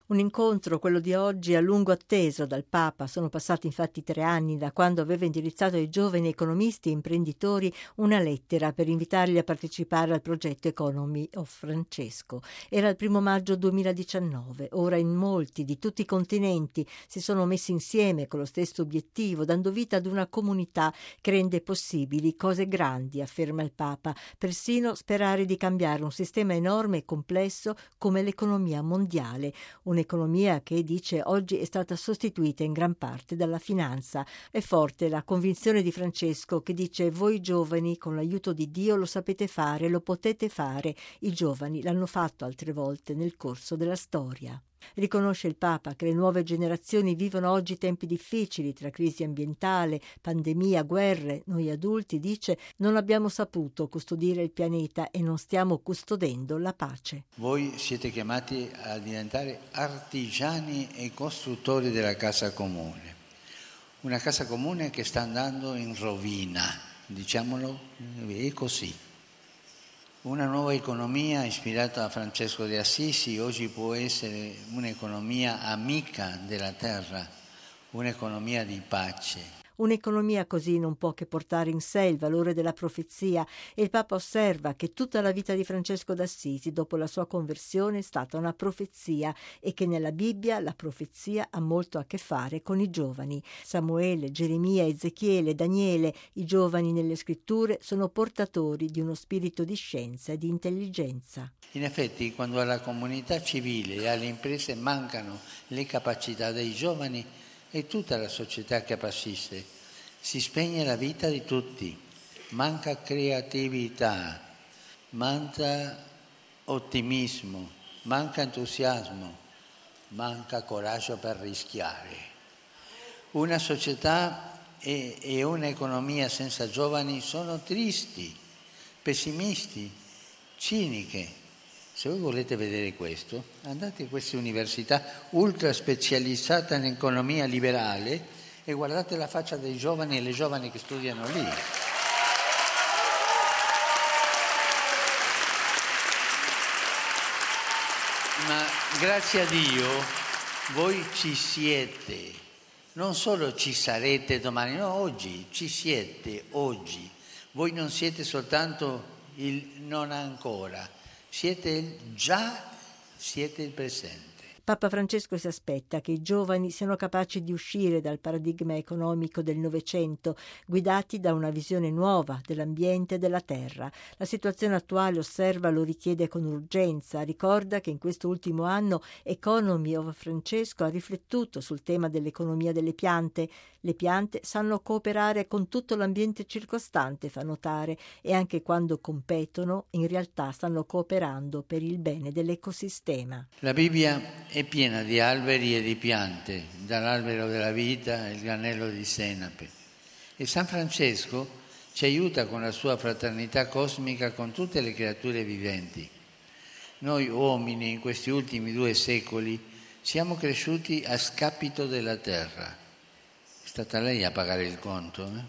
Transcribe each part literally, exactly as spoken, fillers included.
Un incontro, quello di oggi, a lungo atteso dal Papa. Sono passati infatti tre anni da quando aveva indirizzato ai giovani economisti e imprenditori una lettera per invitarli a partecipare al progetto Economy of Francesco. Era il primo maggio duemiladiciannove. Ora in molti di tutti i continenti si sono messi insieme con lo stesso obiettivo, dando vita ad una comunità che rende possibili cose grandi, afferma il Papa, persino sperare di cambiare un sistema enorme e complesso come l'economia mondiale. Un'economia che, dice, oggi è stata sostituita in gran parte dalla finanza. È forte la convinzione di Francesco che dice: voi giovani con l'aiuto di Dio lo sapete fare, lo potete fare. I giovani l'hanno fatto altre volte nel corso della storia. Riconosce il Papa che le nuove generazioni vivono oggi tempi difficili tra crisi ambientale, pandemia, guerre. Noi adulti, dice, non abbiamo saputo custodire il pianeta e non stiamo custodendo la pace. Voi siete chiamati a diventare artigiani e costruttori della casa comune. Una casa comune che sta andando in rovina, diciamolo, è così. Una nuova economia ispirata a Francesco di Assisi oggi può essere un'economia amica della terra, un'economia di pace. Un'economia così non può che portare in sé il valore della profezia, e il Papa osserva che tutta la vita di Francesco d'Assisi dopo la sua conversione è stata una profezia e che nella Bibbia la profezia ha molto a che fare con i giovani. Samuele, Geremia, Ezechiele, Daniele, i giovani nelle scritture sono portatori di uno spirito di scienza e di intelligenza. In effetti, quando alla comunità civile e alle imprese mancano le capacità dei giovani, è tutta la società che appassisce. Si spegne la vita di tutti, manca creatività, manca ottimismo, manca entusiasmo, manca coraggio per rischiare. Una società e, e un'economia senza giovani sono tristi, pessimisti, ciniche. Se voi volete vedere questo, andate in queste università ultra specializzate in economia liberale e guardate la faccia dei giovani e le giovani che studiano lì. Ma grazie a Dio voi ci siete, non solo ci sarete domani, no, oggi, ci siete oggi. Voi non siete soltanto il non ancora. Siete già, siete il presente. Papa Francesco si aspetta che i giovani siano capaci di uscire dal paradigma economico del Novecento, guidati da una visione nuova dell'ambiente e della terra. La situazione attuale, osserva, lo richiede con urgenza. Ricorda che in questo ultimo anno Economy of Francesco ha riflettuto sul tema dell'economia delle piante. Le piante sanno cooperare con tutto l'ambiente circostante, fa notare, e anche quando competono, in realtà stanno cooperando per il bene dell'ecosistema. La Bibbia è piena di alberi e di piante, dall'albero della vita al granello di senape. E San Francesco ci aiuta con la sua fraternità cosmica con tutte le creature viventi. Noi uomini in questi ultimi due secoli siamo cresciuti a scapito della terra. È stata lei a pagare il conto. Eh?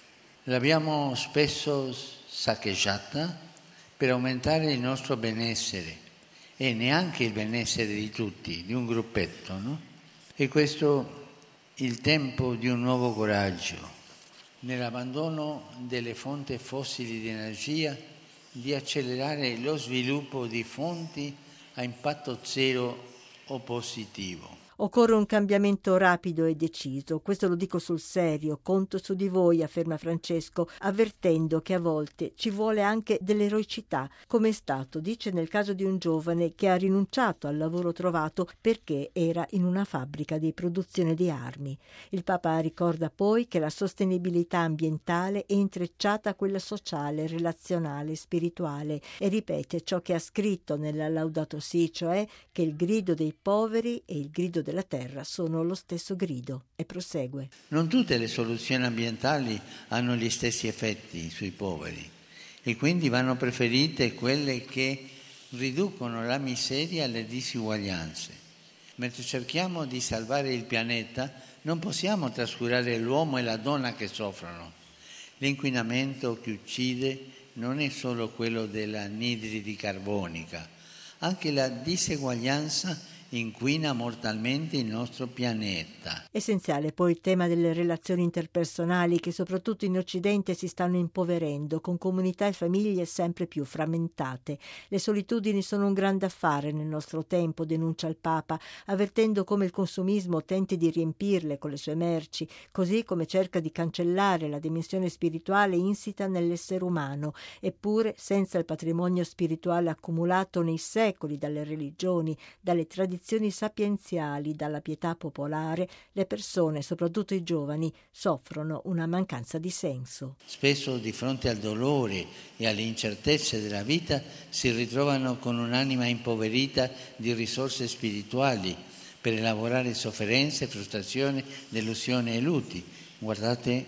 L'abbiamo spesso saccheggiata per aumentare il nostro benessere. E neanche il benessere di tutti, di un gruppetto, no? E questo è il tempo di un nuovo coraggio, nell'abbandono delle fonti fossili di energia, di accelerare lo sviluppo di fonti a impatto zero o positivo. Occorre un cambiamento rapido e deciso, questo lo dico sul serio, conto su di voi, afferma Francesco, avvertendo che a volte ci vuole anche dell'eroicità, come è stato, dice, nel caso di un giovane che ha rinunciato al lavoro trovato perché era in una fabbrica di produzione di armi. Il Papa ricorda poi che la sostenibilità ambientale è intrecciata a quella sociale, relazionale, spirituale, e ripete ciò che ha scritto nella Laudato Si', cioè che il grido dei poveri e il grido della terra sono lo stesso grido, e prosegue. Non tutte le soluzioni ambientali hanno gli stessi effetti sui poveri e quindi vanno preferite quelle che riducono la miseria e le disuguaglianze. Mentre cerchiamo di salvare il pianeta, non possiamo trascurare l'uomo e la donna che soffrono. L'inquinamento che uccide non è solo quello dell'anidride carbonica, anche la diseguaglianza inquina mortalmente il nostro pianeta. Essenziale poi il tema delle relazioni interpersonali che soprattutto in Occidente si stanno impoverendo, con comunità e famiglie sempre più frammentate. Le solitudini sono un grande affare nel nostro tempo, denuncia il Papa, avvertendo come il consumismo tenti di riempirle con le sue merci, così come cerca di cancellare la dimensione spirituale insita nell'essere umano. Eppure, senza il patrimonio spirituale accumulato nei secoli dalle religioni, dalle tradizioni sapienziali, dalla pietà popolare, le persone, soprattutto i giovani, soffrono una mancanza di senso. Spesso di fronte al dolore e alle incertezze della vita si ritrovano con un'anima impoverita di risorse spirituali per elaborare sofferenze, frustrazioni, delusioni e lutti. Guardate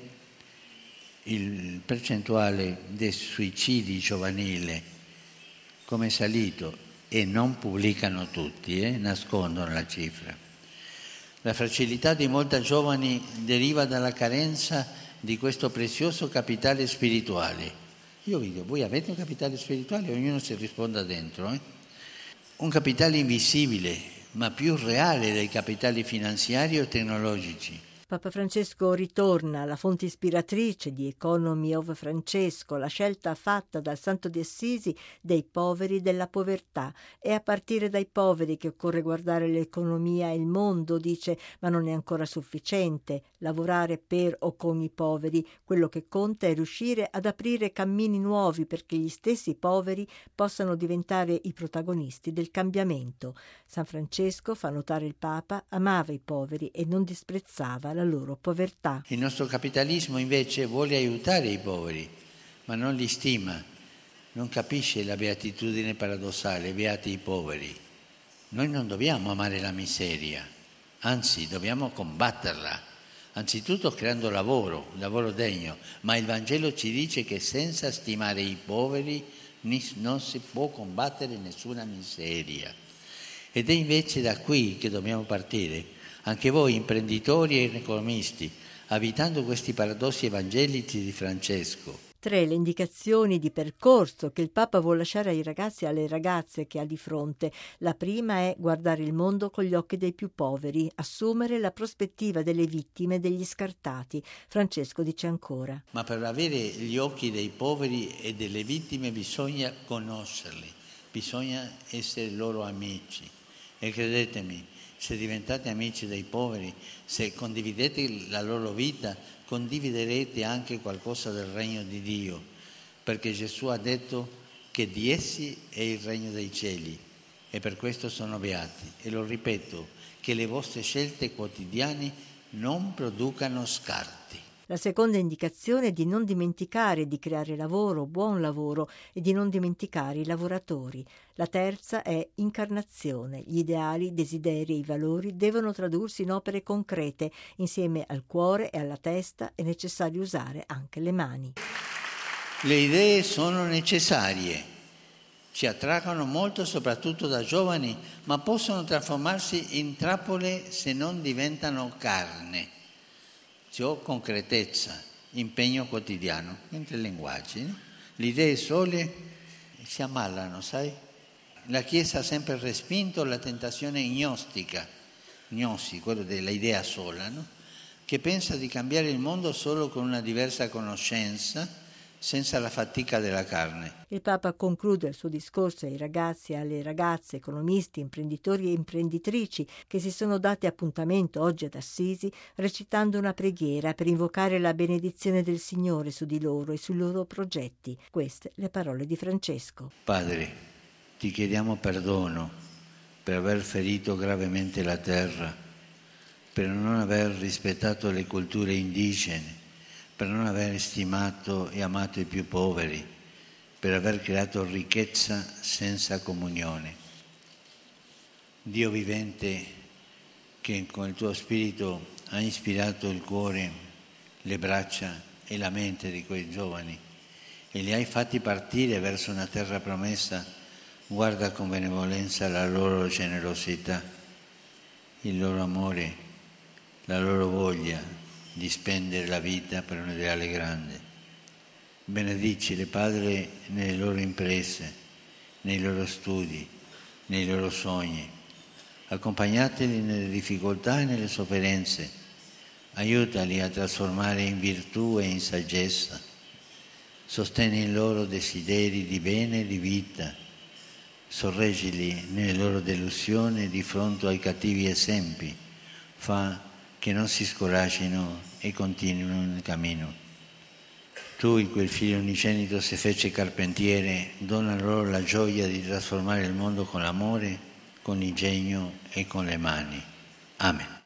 il percentuale dei suicidi giovanili come è salito. E non pubblicano tutti, eh? nascondono la cifra. La fragilità di molti giovani deriva dalla carenza di questo prezioso capitale spirituale. Io vi dico, voi avete un capitale spirituale? Ognuno si risponda dentro. Eh? Un capitale invisibile, ma più reale dei capitali finanziari o tecnologici. Papa Francesco ritorna alla fonte ispiratrice di Economy of Francesco, la scelta fatta dal Santo di Assisi dei poveri della povertà. È a partire dai poveri che occorre guardare l'economia e il mondo, dice, ma non è ancora sufficiente lavorare per o con i poveri. Quello che conta è riuscire ad aprire cammini nuovi perché gli stessi poveri possano diventare i protagonisti del cambiamento. San Francesco, fa notare il Papa, amava i poveri e non disprezzava la loro povertà. Il nostro capitalismo invece vuole aiutare i poveri, ma non li stima, non capisce la beatitudine paradossale, beati i poveri. Noi non dobbiamo amare la miseria, anzi dobbiamo combatterla, anzitutto creando lavoro, lavoro degno, ma il Vangelo ci dice che senza stimare i poveri non si può combattere nessuna miseria. Ed è invece da qui che dobbiamo partire. Anche voi, imprenditori e economisti, abitando questi paradossi evangelici di Francesco. Tre le indicazioni di percorso che il Papa vuole lasciare ai ragazzi e alle ragazze che ha di fronte. La prima è guardare il mondo con gli occhi dei più poveri, assumere la prospettiva delle vittime e degli scartati. Francesco dice ancora: ma per avere gli occhi dei poveri e delle vittime bisogna conoscerli, bisogna essere loro amici. E credetemi, se diventate amici dei poveri, se condividete la loro vita, condividerete anche qualcosa del regno di Dio, perché Gesù ha detto che di essi è il regno dei cieli e per questo sono beati. E lo ripeto, che le vostre scelte quotidiane non producano scarti. La seconda indicazione è di non dimenticare di creare lavoro, buon lavoro, e di non dimenticare i lavoratori. La terza è incarnazione. Gli ideali, i desideri e i valori devono tradursi in opere concrete. Insieme al cuore e alla testa è necessario usare anche le mani. Le idee sono necessarie, ci attraggono molto soprattutto da giovani, ma possono trasformarsi in trappole se non diventano carne. Ciò concretezza, impegno quotidiano, mentre i linguaggi, no? Le idee sole si ammalano, sai? La Chiesa ha sempre respinto la tentazione gnostica, gnosi, quello dell'idea sola, no? Che pensa di cambiare il mondo solo con una diversa conoscenza, senza la fatica della carne. Il Papa conclude il suo discorso ai ragazzi e alle ragazze, economisti, imprenditori e imprenditrici che si sono dati appuntamento oggi ad Assisi, recitando una preghiera per invocare la benedizione del Signore su di loro e sui loro progetti. Queste le parole di Francesco. Padre, ti chiediamo perdono per aver ferito gravemente la terra, per non aver rispettato le culture indigene, per non aver stimato e amato i più poveri, per aver creato ricchezza senza comunione. Dio vivente, che con il tuo spirito ha ispirato il cuore, le braccia e la mente di quei giovani e li hai fatti partire verso una terra promessa, guarda con benevolenza la loro generosità, il loro amore, la loro voglia di spendere la vita per un ideale grande. Benedicile, Padre, nelle loro imprese, nei loro studi, nei loro sogni. accompagnateli nelle difficoltà e nelle sofferenze, aiutali a trasformare in virtù e in saggezza, sostieni i loro desideri di bene e di vita, sorreggili nelle loro delusioni di fronte ai cattivi esempi, fa che non si scoraggino e continuino nel cammino. Tu, in quel Figlio unigenito, se fece carpentiere, dona loro la gioia di trasformare il mondo con l'amore, con l'ingegno e con le mani. Amen.